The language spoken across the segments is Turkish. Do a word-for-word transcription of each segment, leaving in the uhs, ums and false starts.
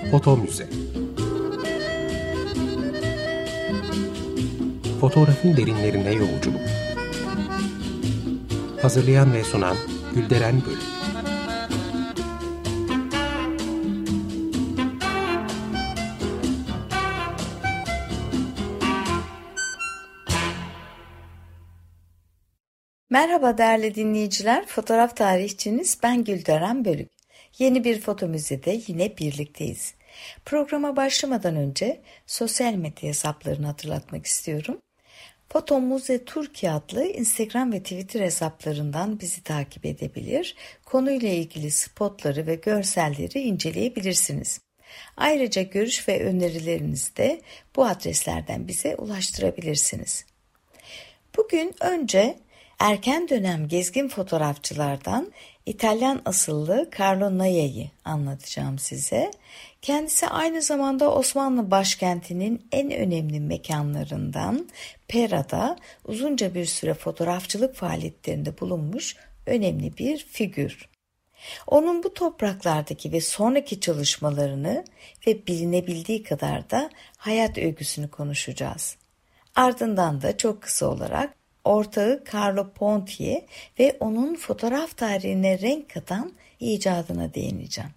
Foto Müze. Fotoğrafın derinlerine yolculuk. Hazırlayan ve sunan Gülderen Bölük. Merhaba değerli dinleyiciler, fotoğraf tarihçiniz ben Gülderen Bölük. Yeni bir foto müzede yine birlikteyiz. Programa başlamadan önce sosyal medya hesaplarını hatırlatmak istiyorum. Foto Müze Türkiye adlı Instagram ve Twitter hesaplarından bizi takip edebilir, konuyla ilgili spotları ve görselleri inceleyebilirsiniz. Ayrıca görüş ve önerilerinizi de bu adreslerden bize ulaştırabilirsiniz. Bugün önce erken dönem gezgin fotoğrafçılardan İtalyan asıllı Carlo Naia'yı anlatacağım size. Kendisi aynı zamanda Osmanlı başkentinin en önemli mekanlarından Pera'da uzunca bir süre fotoğrafçılık faaliyetlerinde bulunmuş önemli bir figür. Onun bu topraklardaki ve sonraki çalışmalarını ve bilinebildiği kadar da hayat öyküsünü konuşacağız. Ardından da çok kısa olarak ortağı Carlo Ponti'ye ve onun fotoğraf tarihine renk katan icadına değineceğim.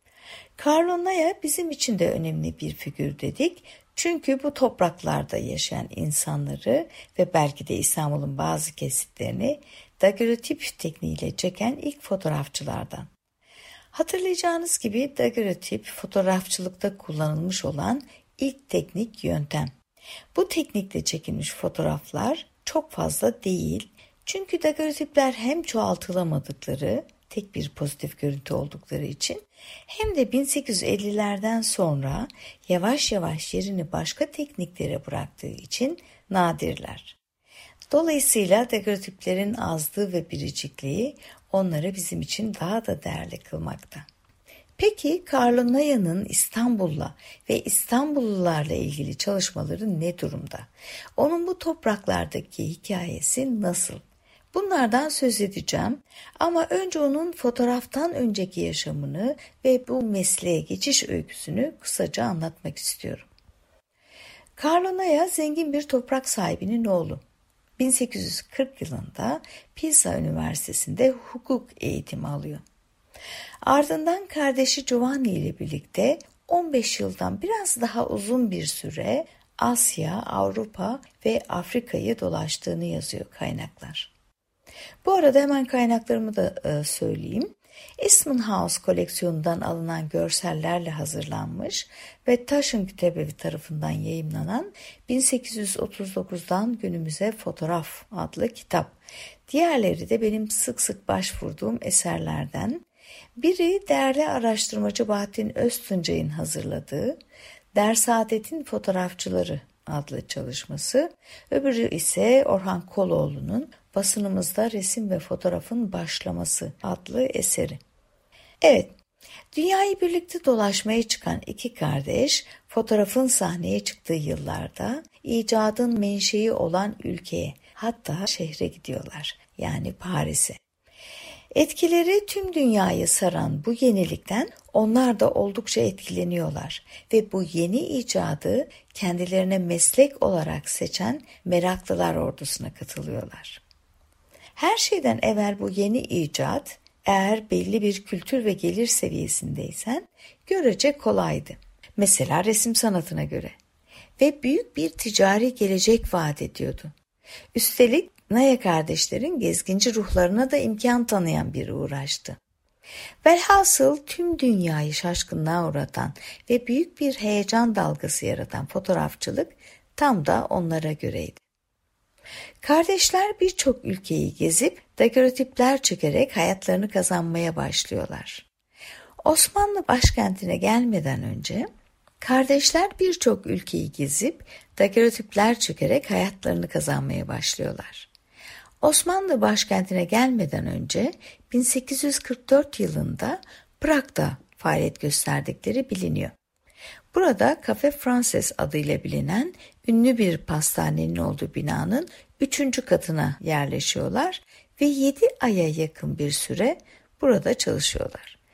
Carlo Naia bizim için de önemli bir figür dedik. Çünkü bu topraklarda yaşayan insanları ve belki de İstanbul'un bazı kesitlerini daguerreotip tekniğiyle çeken ilk fotoğrafçılardan. Hatırlayacağınız gibi daguerreotip fotoğrafçılıkta kullanılmış olan ilk teknik yöntem. Bu teknikle çekilmiş fotoğraflar çok fazla değil. Çünkü daguerreotipler hem çoğaltılamadıkları, tek bir pozitif görüntü oldukları için hem de bin sekiz yüz ellilerden sonra yavaş yavaş yerini başka tekniklere bıraktığı için nadirler. Dolayısıyla daguerreotiplerin azlığı ve biricikliği onları bizim için daha da değerli kılmakta. Peki Carlo Naia'nın İstanbul'la ve İstanbullularla ilgili çalışmaları ne durumda? Onun bu topraklardaki hikayesi nasıl? Bunlardan söz edeceğim ama önce onun fotoğraftan önceki yaşamını ve bu mesleğe geçiş öyküsünü kısaca anlatmak istiyorum. Carlo Naia zengin bir toprak sahibinin oğlu. bin sekiz yüz kırk yılında Pisa Üniversitesi'nde hukuk eğitimi alıyor. Ardından kardeşi Giovanni ile birlikte on beş yıldan biraz daha uzun bir süre Asya, Avrupa ve Afrika'yı dolaştığını yazıyor kaynaklar. Bu arada hemen kaynaklarımı da e, söyleyeyim. Eastman House koleksiyonundan alınan görsellerle hazırlanmış ve Taschen Kütüphanevi tarafından yayımlanan bin sekiz yüz otuz dokuzdan günümüze fotoğraf adlı kitap. Diğerleri de benim sık sık başvurduğum eserlerden. Biri değerli araştırmacı Bahattin Öztuncay'ın hazırladığı Der Saadet'in Fotoğrafçıları adlı çalışması, öbürü ise Orhan Koloğlu'nun Basınımızda Resim ve Fotoğrafın Başlaması adlı eseri. Evet, dünyayı birlikte dolaşmaya çıkan iki kardeş, fotoğrafın sahneye çıktığı yıllarda icadın menşei olan ülkeye, hatta şehre gidiyorlar, yani Paris'e. Etkileri tüm dünyayı saran bu yenilikten onlar da oldukça etkileniyorlar ve bu yeni icadı kendilerine meslek olarak seçen meraklılar ordusuna katılıyorlar. Her şeyden evvel bu yeni icat, eğer belli bir kültür ve gelir seviyesindeysen görece kolaydı. Mesela resim sanatına göre ve büyük bir ticari gelecek vaat ediyordu. Üstelik Naia kardeşlerin gezginci ruhlarına da imkan tanıyan bir uğraştı. Velhasıl tüm dünyayı şaşkınlığa uğratan ve büyük bir heyecan dalgası yaratan fotoğrafçılık tam da onlara göreydi. Kardeşler birçok ülkeyi gezip daguerreotipler çekerek hayatlarını kazanmaya başlıyorlar. Osmanlı başkentine gelmeden önce kardeşler birçok ülkeyi gezip daguerreotipler çekerek hayatlarını kazanmaya başlıyorlar. Osmanlı başkentine gelmeden önce bin sekiz yüz kırk dört yılında Prag'da faaliyet gösterdikleri biliniyor. Burada Café Frances adıyla bilinen ünlü bir pastanenin olduğu binanın üçüncü katına yerleşiyorlar ve yedi aya yakın bir süre burada çalışıyorlar.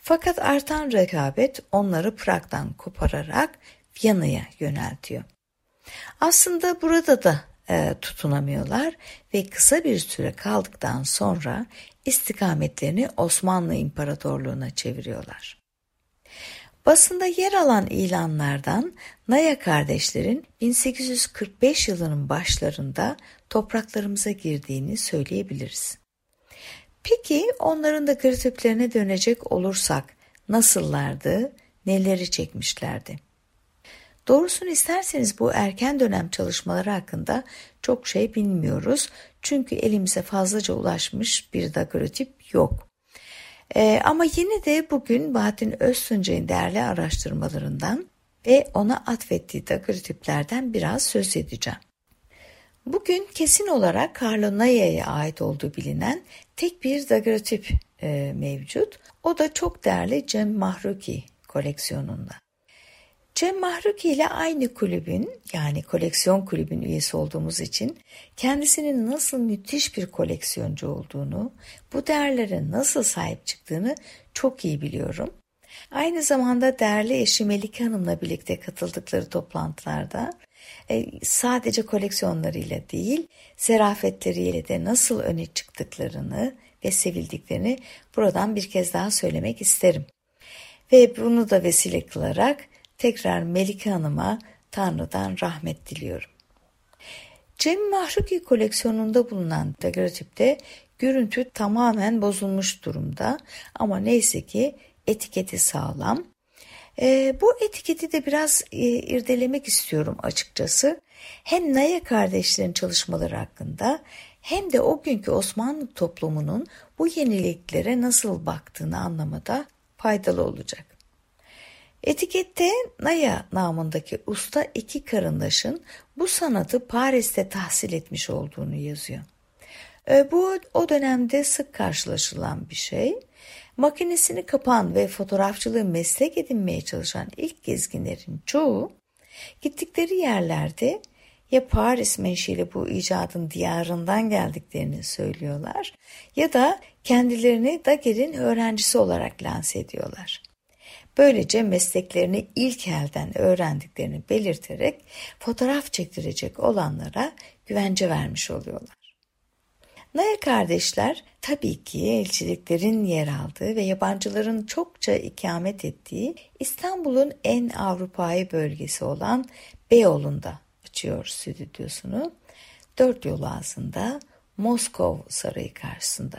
Fakat artan rekabet onları Prag'dan kopararak Viyana'ya yöneltiyor. Aslında burada da e, tutunamıyorlar ve kısa bir süre kaldıktan sonra istikametlerini Osmanlı İmparatorluğu'na çeviriyorlar. Basında yer alan ilanlardan Naya kardeşlerin bin sekiz yüz kırk beş yılının başlarında topraklarımıza girdiğini söyleyebiliriz. Peki onların da grafitiplerine dönecek olursak nasıllardı, neleri çekmişlerdi? Doğrusunu isterseniz bu erken dönem çalışmaları hakkında çok şey bilmiyoruz. Çünkü elimize fazlaca ulaşmış bir daguerreotip yok. Ee, ama yine de bugün Bahattin Öztuncay'ın değerli araştırmalarından ve ona atfettiği daguerreotiplerden biraz söz edeceğim. Bugün kesin olarak Carlo Naya'ya ait olduğu bilinen tek bir daguerreotip e, mevcut. O da çok değerli Cem Mahruki koleksiyonunda. Cem Mahruki ile aynı kulübün, yani koleksiyon kulübün üyesi olduğumuz için kendisinin nasıl müthiş bir koleksiyoncu olduğunu, bu değerlere nasıl sahip çıktığını çok iyi biliyorum. Aynı zamanda değerli eşi Melike Hanım'la birlikte katıldıkları toplantılarda e, sadece koleksiyonlarıyla değil, zerafetleriyle de nasıl öne çıktıklarını ve sevildiklerini buradan bir kez daha söylemek isterim. Ve bunu da vesile kılarak tekrar Melike Hanım'a Tanrı'dan rahmet diliyorum. Cem Mahruki koleksiyonunda bulunan daguerreotipte görüntü tamamen bozulmuş durumda ama neyse ki etiketi sağlam. E, bu etiketi de biraz e, irdelemek istiyorum açıkçası. Hem Naya kardeşlerin çalışmaları hakkında hem de o günkü Osmanlı toplumunun bu yeniliklere nasıl baktığını anlamada faydalı olacak. Etikette Naya namındaki usta iki karındaşın bu sanatı Paris'te tahsil etmiş olduğunu yazıyor. E, bu o dönemde sık karşılaşılan bir şey. Makinesini kapan ve fotoğrafçılığı meslek edinmeye çalışan ilk gezginlerin çoğu gittikleri yerlerde ya Paris menşeli bu icadın diyarından geldiklerini söylüyorlar ya da kendilerini Daguerre'in öğrencisi olarak lanse ediyorlar. Böylece mesleklerini ilk elden öğrendiklerini belirterek fotoğraf çektirecek olanlara güvence vermiş oluyorlar. Naya kardeşler tabii ki elçiliklerin yer aldığı ve yabancıların çokça ikamet ettiği İstanbul'un en Avrupa'yı bölgesi olan Beyoğlu'nda açıyor stüdyosunu. Dört yol ağzında Moskova Sarayı karşısında.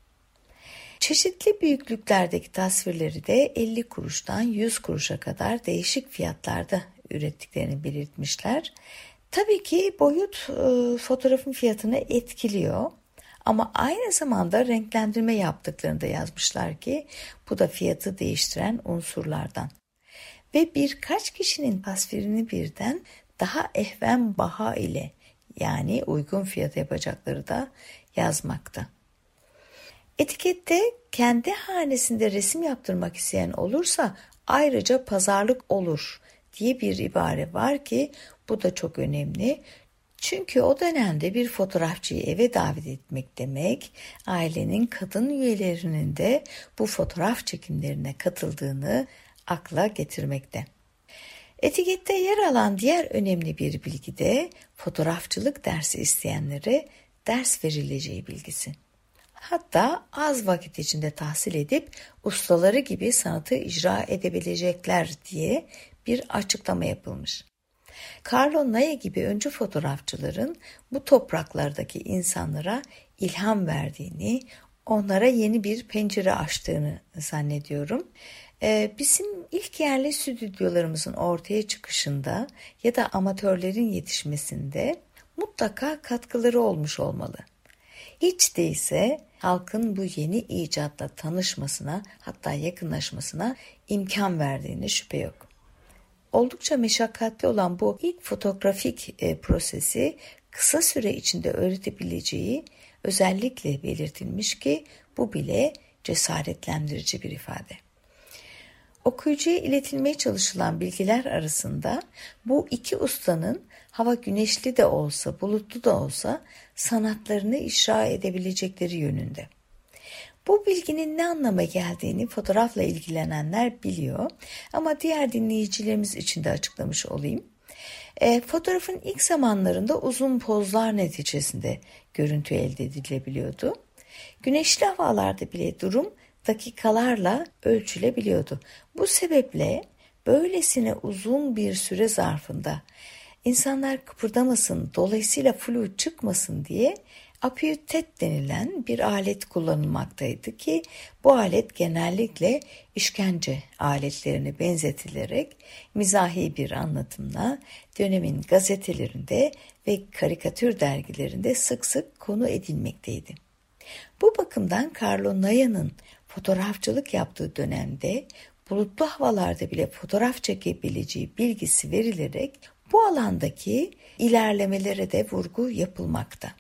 Çeşitli büyüklüklerdeki tasvirleri de elli kuruştan yüz kuruşa kadar değişik fiyatlarda ürettiklerini belirtmişler. Tabii ki boyut e, fotoğrafın fiyatını etkiliyor. Ama aynı zamanda renklendirme yaptıklarını da yazmışlar ki bu da fiyatı değiştiren unsurlardan. Ve birkaç kişinin tasvirini birden daha ehven baha ile yani uygun fiyata yapacakları da yazmakta. Etikette kendi hanesinde resim yaptırmak isteyen olursa ayrıca pazarlık olur diye bir ibare var ki bu da çok önemli. Çünkü o dönemde bir fotoğrafçıyı eve davet etmek demek, ailenin kadın üyelerinin de bu fotoğraf çekimlerine katıldığını akla getirmekte. Etikette yer alan diğer önemli bir bilgi de fotoğrafçılık dersi isteyenlere ders verileceği bilgisi. Hatta az vakit içinde tahsil edip ustaları gibi sanatı icra edebilecekler diye bir açıklama yapılmış. Carlo Naya gibi öncü fotoğrafçıların bu topraklardaki insanlara ilham verdiğini, onlara yeni bir pencere açtığını zannediyorum. Ee, bizim ilk yerli stüdyolarımızın ortaya çıkışında ya da amatörlerin yetişmesinde mutlaka katkıları olmuş olmalı. Hiç değilse halkın bu yeni icatla tanışmasına, hatta yakınlaşmasına imkan verdiğine şüphe yok. Oldukça meşakkatli olan bu ilk fotoğrafik e, prosesi kısa süre içinde öğretebileceği özellikle belirtilmiş ki bu bile cesaretlendirici bir ifade. Okuyucuya iletilmeye çalışılan bilgiler arasında bu iki ustanın hava güneşli de olsa, bulutlu da olsa sanatlarını icra edebilecekleri yönünde. Bu bilginin ne anlama geldiğini fotoğrafla ilgilenenler biliyor ama diğer dinleyicilerimiz için de açıklamış olayım. E, fotoğrafın ilk zamanlarında uzun pozlar neticesinde görüntü elde edilebiliyordu. Güneşli havalarda bile durum dakikalarla ölçülebiliyordu. Bu sebeple böylesine uzun bir süre zarfında insanlar kıpırdamasın, dolayısıyla flu çıkmasın diye apiyütet denilen bir alet kullanılmaktaydı ki bu alet genellikle işkence aletlerine benzetilerek mizahi bir anlatımla dönemin gazetelerinde ve karikatür dergilerinde sık sık konu edilmekteydi. Bu bakımdan Carlo Naya'nın fotoğrafçılık yaptığı dönemde bulutlu havalarda bile fotoğraf çekebileceği bilgisi verilerek bu alandaki ilerlemelere de vurgu yapılmakta.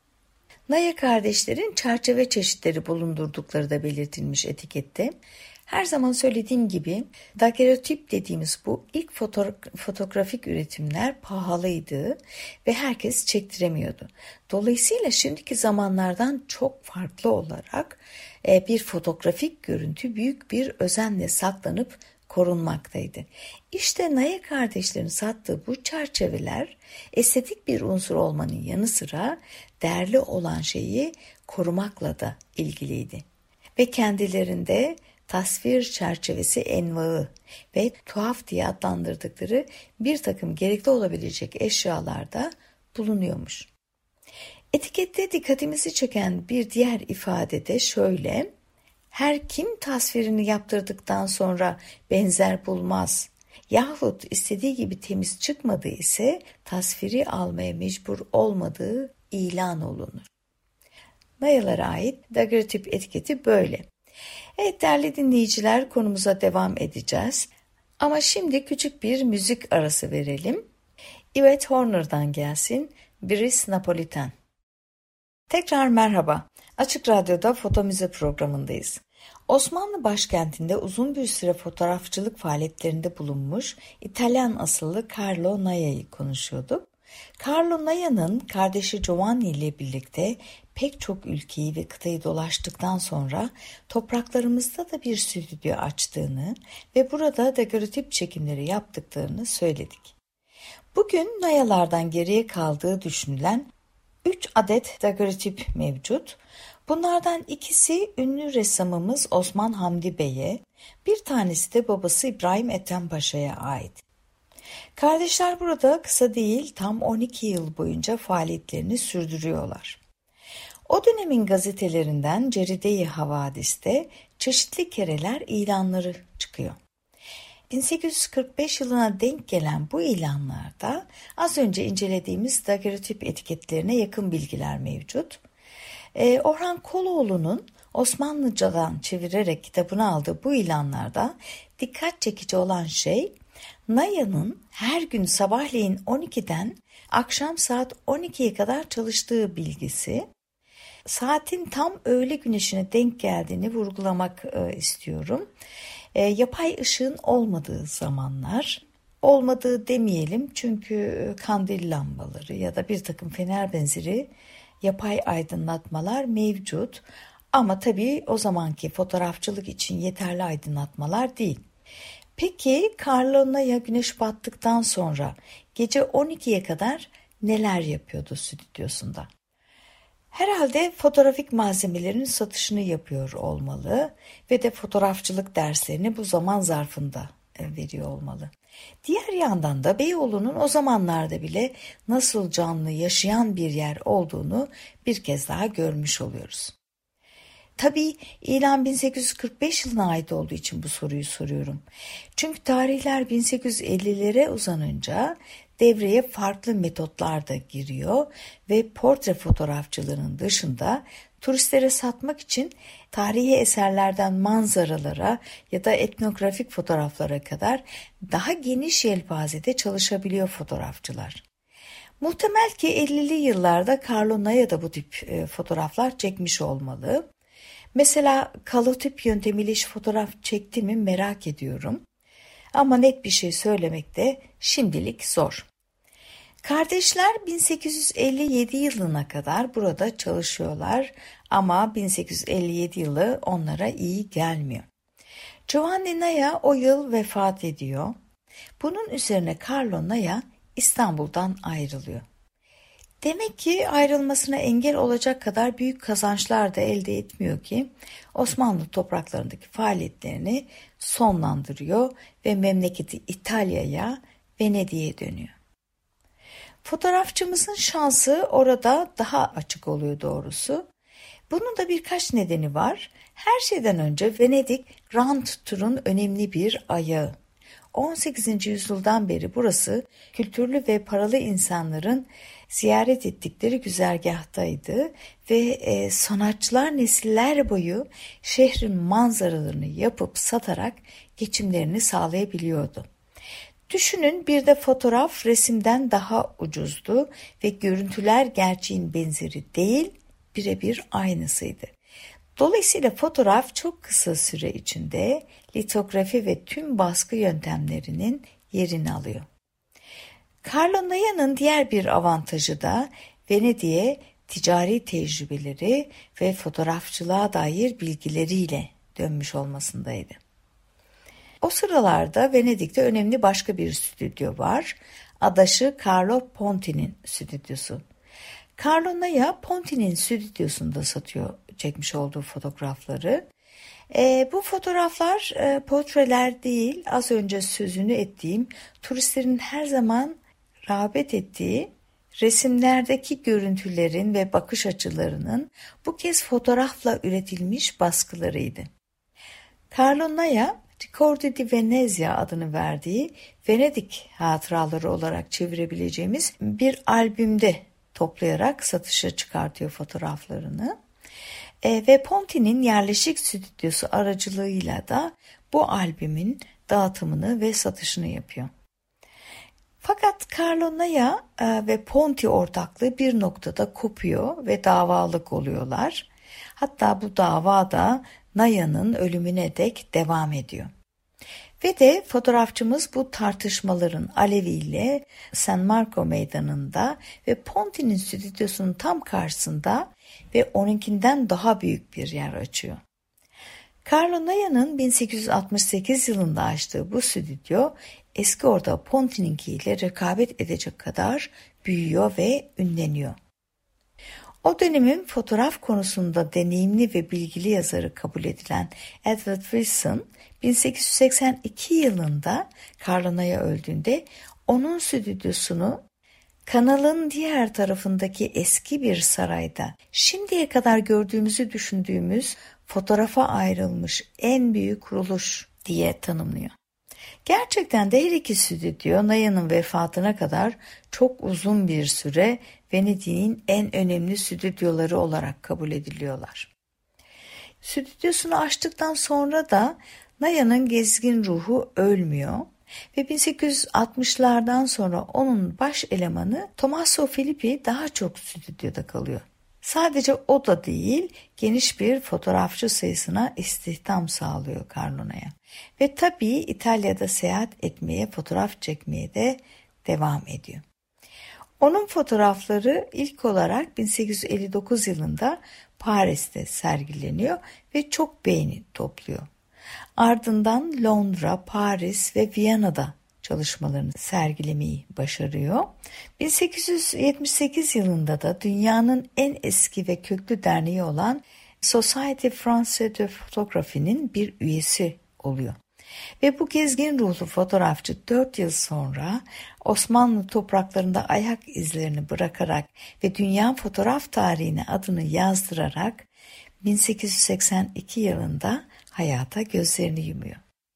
Naya kardeşlerin çerçeve çeşitleri bulundurdukları da belirtilmiş etikette. Her zaman söylediğim gibi daguerreotip dediğimiz bu ilk foto- fotoğrafik üretimler pahalıydı ve herkes çektiremiyordu. Dolayısıyla şimdiki zamanlardan çok farklı olarak e, bir fotoğrafik görüntü büyük bir özenle saklanıp korunmaktaydı. İşte Naya kardeşlerin sattığı bu çerçeveler estetik bir unsur olmanın yanı sıra değerli olan şeyi korumakla da ilgiliydi. Ve kendilerinde tasvir çerçevesi envaı ve tuhaf diye adlandırdıkları bir takım gerekli olabilecek eşyalar da bulunuyormuş. Etikette dikkatimizi çeken bir diğer ifade de şöyle: her kim tasvirini yaptırdıktan sonra benzer bulmaz yahut istediği gibi temiz çıkmadığı ise tasviri almaya mecbur olmadığı ilan olunur. Nayalara ait daguerreotip etiketi böyle. Evet değerli dinleyiciler, konumuza devam edeceğiz. Ama şimdi küçük bir müzik arası verelim. Yvette Horner'dan gelsin Brice Napolitain. Tekrar merhaba. Açık Radyo'da Foto Müze programındayız. Osmanlı başkentinde uzun bir süre fotoğrafçılık faaliyetlerinde bulunmuş İtalyan asıllı Carlo Naya'yı konuşuyorduk. Carlo Naya'nın kardeşi Giovanni ile birlikte pek çok ülkeyi ve kıtayı dolaştıktan sonra topraklarımızda da bir stüdyo açtığını ve burada daguerreotip çekimleri yaptıklarını söyledik. Bugün Naya'lardan geriye kaldığı düşünülen üç adet daguerreotip mevcut. Bunlardan ikisi ünlü ressamımız Osman Hamdi Bey'e, bir tanesi de babası İbrahim Ethem Paşa'ya ait. Kardeşler burada kısa değil tam on iki yıl boyunca faaliyetlerini sürdürüyorlar. O dönemin gazetelerinden Ceride-i Havadis'te çeşitli kereler ilanları çıkıyor. bin sekiz yüz kırk beş yılına denk gelen bu ilanlarda az önce incelediğimiz daguerreotip etiketlerine yakın bilgiler mevcut. Ee, Orhan Koloğlu'nun Osmanlıcadan çevirerek kitabını aldığı bu ilanlarda dikkat çekici olan şey, Naya'nın her gün sabahleyin on ikiden akşam saat on ikiye kadar çalıştığı bilgisi. Saatin tam öğle güneşine denk geldiğini vurgulamak e, istiyorum. E, yapay ışığın olmadığı zamanlar, olmadığı demeyelim çünkü kandil lambaları ya da bir takım fener benzeri yapay aydınlatmalar mevcut. Ama tabii o zamanki fotoğrafçılık için yeterli aydınlatmalar değil. Peki Carlo Naya güneş battıktan sonra gece on ikiye kadar neler yapıyordu stüdyosunda? Herhalde fotoğrafik malzemelerin satışını yapıyor olmalı ve de fotoğrafçılık derslerini bu zaman zarfında veriyor olmalı. Diğer yandan da Beyoğlu'nun o zamanlarda bile nasıl canlı yaşayan bir yer olduğunu bir kez daha görmüş oluyoruz. Tabii ilan bin sekiz yüz kırk beş yılına ait olduğu için bu soruyu soruyorum. Çünkü tarihler bin sekiz yüz ellilere uzanınca devreye farklı metotlar da giriyor ve portre fotoğrafçılığının dışında turistlere satmak için tarihi eserlerden manzaralara ya da etnografik fotoğraflara kadar daha geniş yelpazede çalışabiliyor fotoğrafçılar. Muhtemel ki ellili yıllarda Carlo Naya da bu tip e, fotoğraflar çekmiş olmalı. Mesela kalotip yöntemiyle hiç fotoğraf çekti mi merak ediyorum. Ama net bir şey söylemek de şimdilik zor. Kardeşler bin sekiz yüz elli yedi yılına kadar burada çalışıyorlar ama bin sekiz yüz elli yedi yılı onlara iyi gelmiyor. Giovanni Naya o yıl vefat ediyor. Bunun üzerine Carlo Naya İstanbul'dan ayrılıyor. Demek ki ayrılmasına engel olacak kadar büyük kazançlar da elde etmiyor ki Osmanlı topraklarındaki faaliyetlerini sonlandırıyor ve memleketi İtalya'ya, Venedik'e dönüyor. Fotoğrafçımızın şansı orada daha açık oluyor doğrusu. Bunun da birkaç nedeni var. Her şeyden önce Venedik rant turun önemli bir ayağı. on sekizinci yüzyıldan beri burası kültürlü ve paralı insanların ziyaret ettikleri güzergahtaydı ve e, sanatçılar nesiller boyu şehrin manzaralarını yapıp satarak geçimlerini sağlayabiliyordu. Düşünün, bir de fotoğraf resimden daha ucuzdu ve görüntüler gerçeğin benzeri değil, birebir aynısıydı. Dolayısıyla fotoğraf çok kısa süre içinde litografi ve tüm baskı yöntemlerinin yerini alıyor. Carlo Naya'nın diğer bir avantajı da Venedik'e ticari tecrübeleri ve fotoğrafçılığa dair bilgileriyle dönmüş olmasındaydı. O sıralarda Venedik'te önemli başka bir stüdyo var. Adaşı Carlo Ponti'nin stüdyosu. Carlo Naya Ponti'nin stüdyosunda satıyor çekmiş olduğu fotoğrafları. E, bu fotoğraflar e, portreler değil, az önce sözünü ettiğim turistlerin her zaman rağbet ettiği resimlerdeki görüntülerin ve bakış açılarının bu kez fotoğrafla üretilmiş baskılarıydı. Carlo Naya, Ricordi di Venezia adını verdiği Venedik hatıraları olarak çevirebileceğimiz bir albümde toplayarak satışa çıkartıyor fotoğraflarını. E, ve Ponti'nin yerleşik stüdyosu aracılığıyla da bu albümün dağıtımını ve satışını yapıyor. Fakat Carlo Naya e, ve Ponti ortaklığı bir noktada kopuyor ve davalık oluyorlar. Hatta bu dava da Naya'nın ölümüne dek devam ediyor. Ve de fotoğrafçımız bu tartışmaların aleviyle San Marco meydanında ve Ponti'nin stüdyosunun tam karşısında ve onunkinden daha büyük bir yer açıyor. Carlo Naya'nın bin sekiz yüz altmış sekiz yılında açtığı bu stüdyo eski orta Ponti'ninkiyle rekabet edecek kadar büyüyor ve ünleniyor. O dönemin fotoğraf konusunda deneyimli ve bilgili yazarı kabul edilen Edward Wilson, bin sekiz yüz seksen iki yılında Carlo Naya öldüğünde onun stüdyosunu kanalın diğer tarafındaki eski bir sarayda şimdiye kadar gördüğümüzü düşündüğümüz fotoğrafa ayrılmış en büyük kuruluş diye tanımlıyor. Gerçekten de her iki stüdyo Naya'nın vefatına kadar çok uzun bir süre Venedik'in en önemli stüdyoları olarak kabul ediliyorlar. Stüdyosunu açtıktan sonra da Naya'nın gezgin ruhu ölmüyor ve bin sekiz yüz altmışlardan sonra onun baş elemanı Tommaso Filippi daha çok stüdyoda kalıyor. Sadece o da değil, geniş bir fotoğrafçı sayısına istihdam sağlıyor Carlo Naya. Ve tabii İtalya'da seyahat etmeye, fotoğraf çekmeye de devam ediyor. Onun fotoğrafları ilk olarak bin sekiz yüz elli dokuz yılında Paris'te sergileniyor ve çok beğeni topluyor. Ardından Londra, Paris ve Viyana'da çalışmalarını sergilemeyi başarıyor. bin sekiz yüz yetmiş sekiz yılında da dünyanın en eski ve köklü derneği olan Société Française de Photography'nin bir üyesi oluyor. Ve bu gezgin ruhlu fotoğrafçı dört yıl sonra Osmanlı topraklarında ayak izlerini bırakarak ve dünya fotoğraf tarihine adını yazdırarak bin sekiz yüz seksen iki yılında hayata gözlerini yumuyor.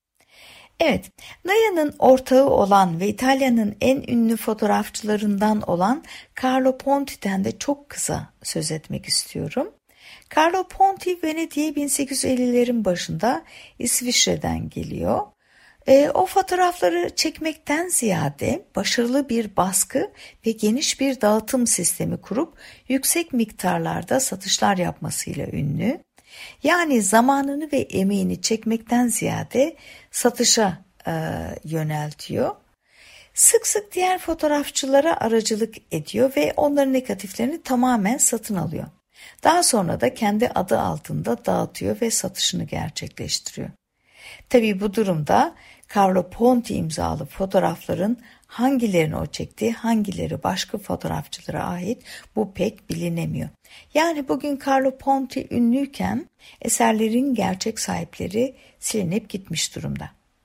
Evet, Naya'nın ortağı olan ve İtalya'nın en ünlü fotoğrafçılarından olan Carlo Ponti'den de çok kısa söz etmek istiyorum. Carlo Ponti Venedik'e bin sekiz yüz ellilerin başında İsviçre'den geliyor. E, o fotoğrafları çekmekten ziyade başarılı bir baskı ve geniş bir dağıtım sistemi kurup yüksek miktarlarda satışlar yapmasıyla ünlü. Yani zamanını ve emeğini çekmekten ziyade satışa e, yöneltiyor. Sık sık diğer fotoğrafçılara aracılık ediyor ve onların negatiflerini tamamen satın alıyor. Daha sonra da kendi adı altında dağıtıyor ve satışını gerçekleştiriyor. Tabii bu durumda Carlo Ponti imzalı fotoğrafların hangilerini o çekti, hangileri başka fotoğrafçılara ait bu pek bilinemiyor. Yani bugün Carlo Ponti ünlüyken eserlerin gerçek sahipleri silinip gitmiş durumda.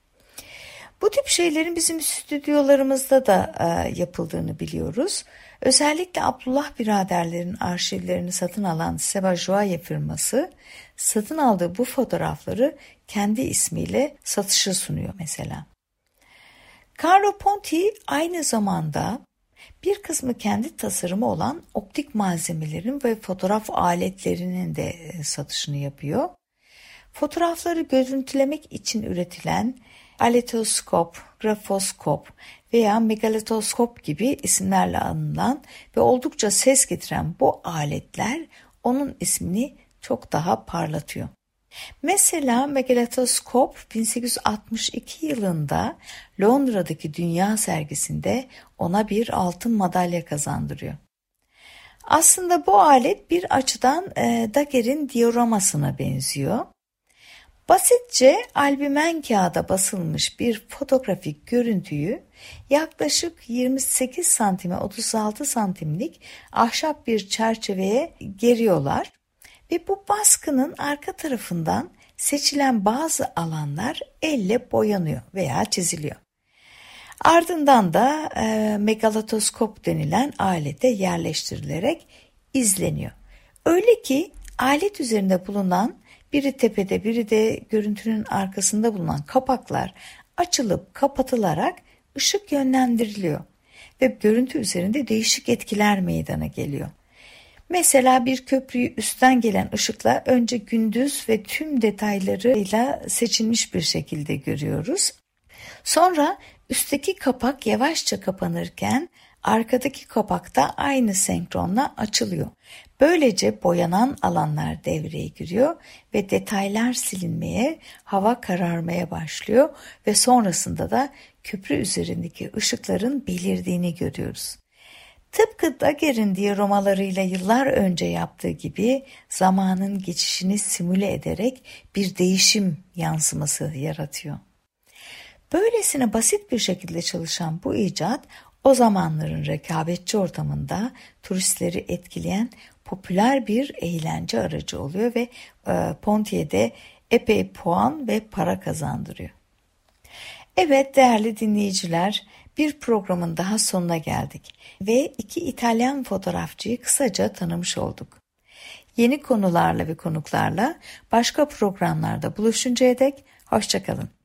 Bu tip şeylerin bizim stüdyolarımızda da e, yapıldığını biliyoruz. Özellikle Abdullah biraderlerin arşivlerini satın alan Seva Joye firması satın aldığı bu fotoğrafları kendi ismiyle satışa sunuyor mesela. Carlo Ponti aynı zamanda bir kısmı kendi tasarımı olan optik malzemelerin ve fotoğraf aletlerinin de satışını yapıyor. Fotoğrafları görüntülemek için üretilen aletoskop, grafoskop veya megaletoskop gibi isimlerle anılan ve oldukça ses getiren bu aletler onun ismini çok daha parlatıyor. Mesela megaletoskop bin sekiz yüz altmış iki yılında Londra'daki dünya sergisinde ona bir altın madalya kazandırıyor. Aslında bu alet bir açıdan e, Daguerre'in dioramasına benziyor. Basitçe albümen kağıda basılmış bir fotoğrafik görüntüyü yaklaşık yirmi sekiz santime otuz altı santimlik ahşap bir çerçeveye geriyorlar ve bu baskının arka tarafından seçilen bazı alanlar elle boyanıyor veya çiziliyor. Ardından da e, megaletoskop denilen alete yerleştirilerek izleniyor. Öyle ki alet üzerinde bulunan biri tepede biri de görüntünün arkasında bulunan kapaklar açılıp kapatılarak ışık yönlendiriliyor ve görüntü üzerinde değişik etkiler meydana geliyor. Mesela bir köprüyü üstten gelen ışıkla önce gündüz ve tüm detaylarıyla seçilmiş bir şekilde görüyoruz. Sonra üstteki kapak yavaşça kapanırken arkadaki kapak da aynı senkronla açılıyor. Böylece boyanan alanlar devreye giriyor ve detaylar silinmeye, hava kararmaya başlıyor ve sonrasında da köprü üzerindeki ışıkların belirdiğini görüyoruz. Tıpkı Daguerre'in diorabalarıyla yıllar önce yaptığı gibi zamanın geçişini simüle ederek bir değişim yansıması yaratıyor. Böylesine basit bir şekilde çalışan bu icat o zamanların rekabetçi ortamında turistleri etkileyen popüler bir eğlence aracı oluyor ve e, Ponti'ye de epey puan ve para kazandırıyor. Evet değerli dinleyiciler, bir programın daha sonuna geldik ve iki İtalyan fotoğrafçıyı kısaca tanımış olduk. Yeni konularla ve konuklarla başka programlarda buluşuncaya dek hoşça kalın.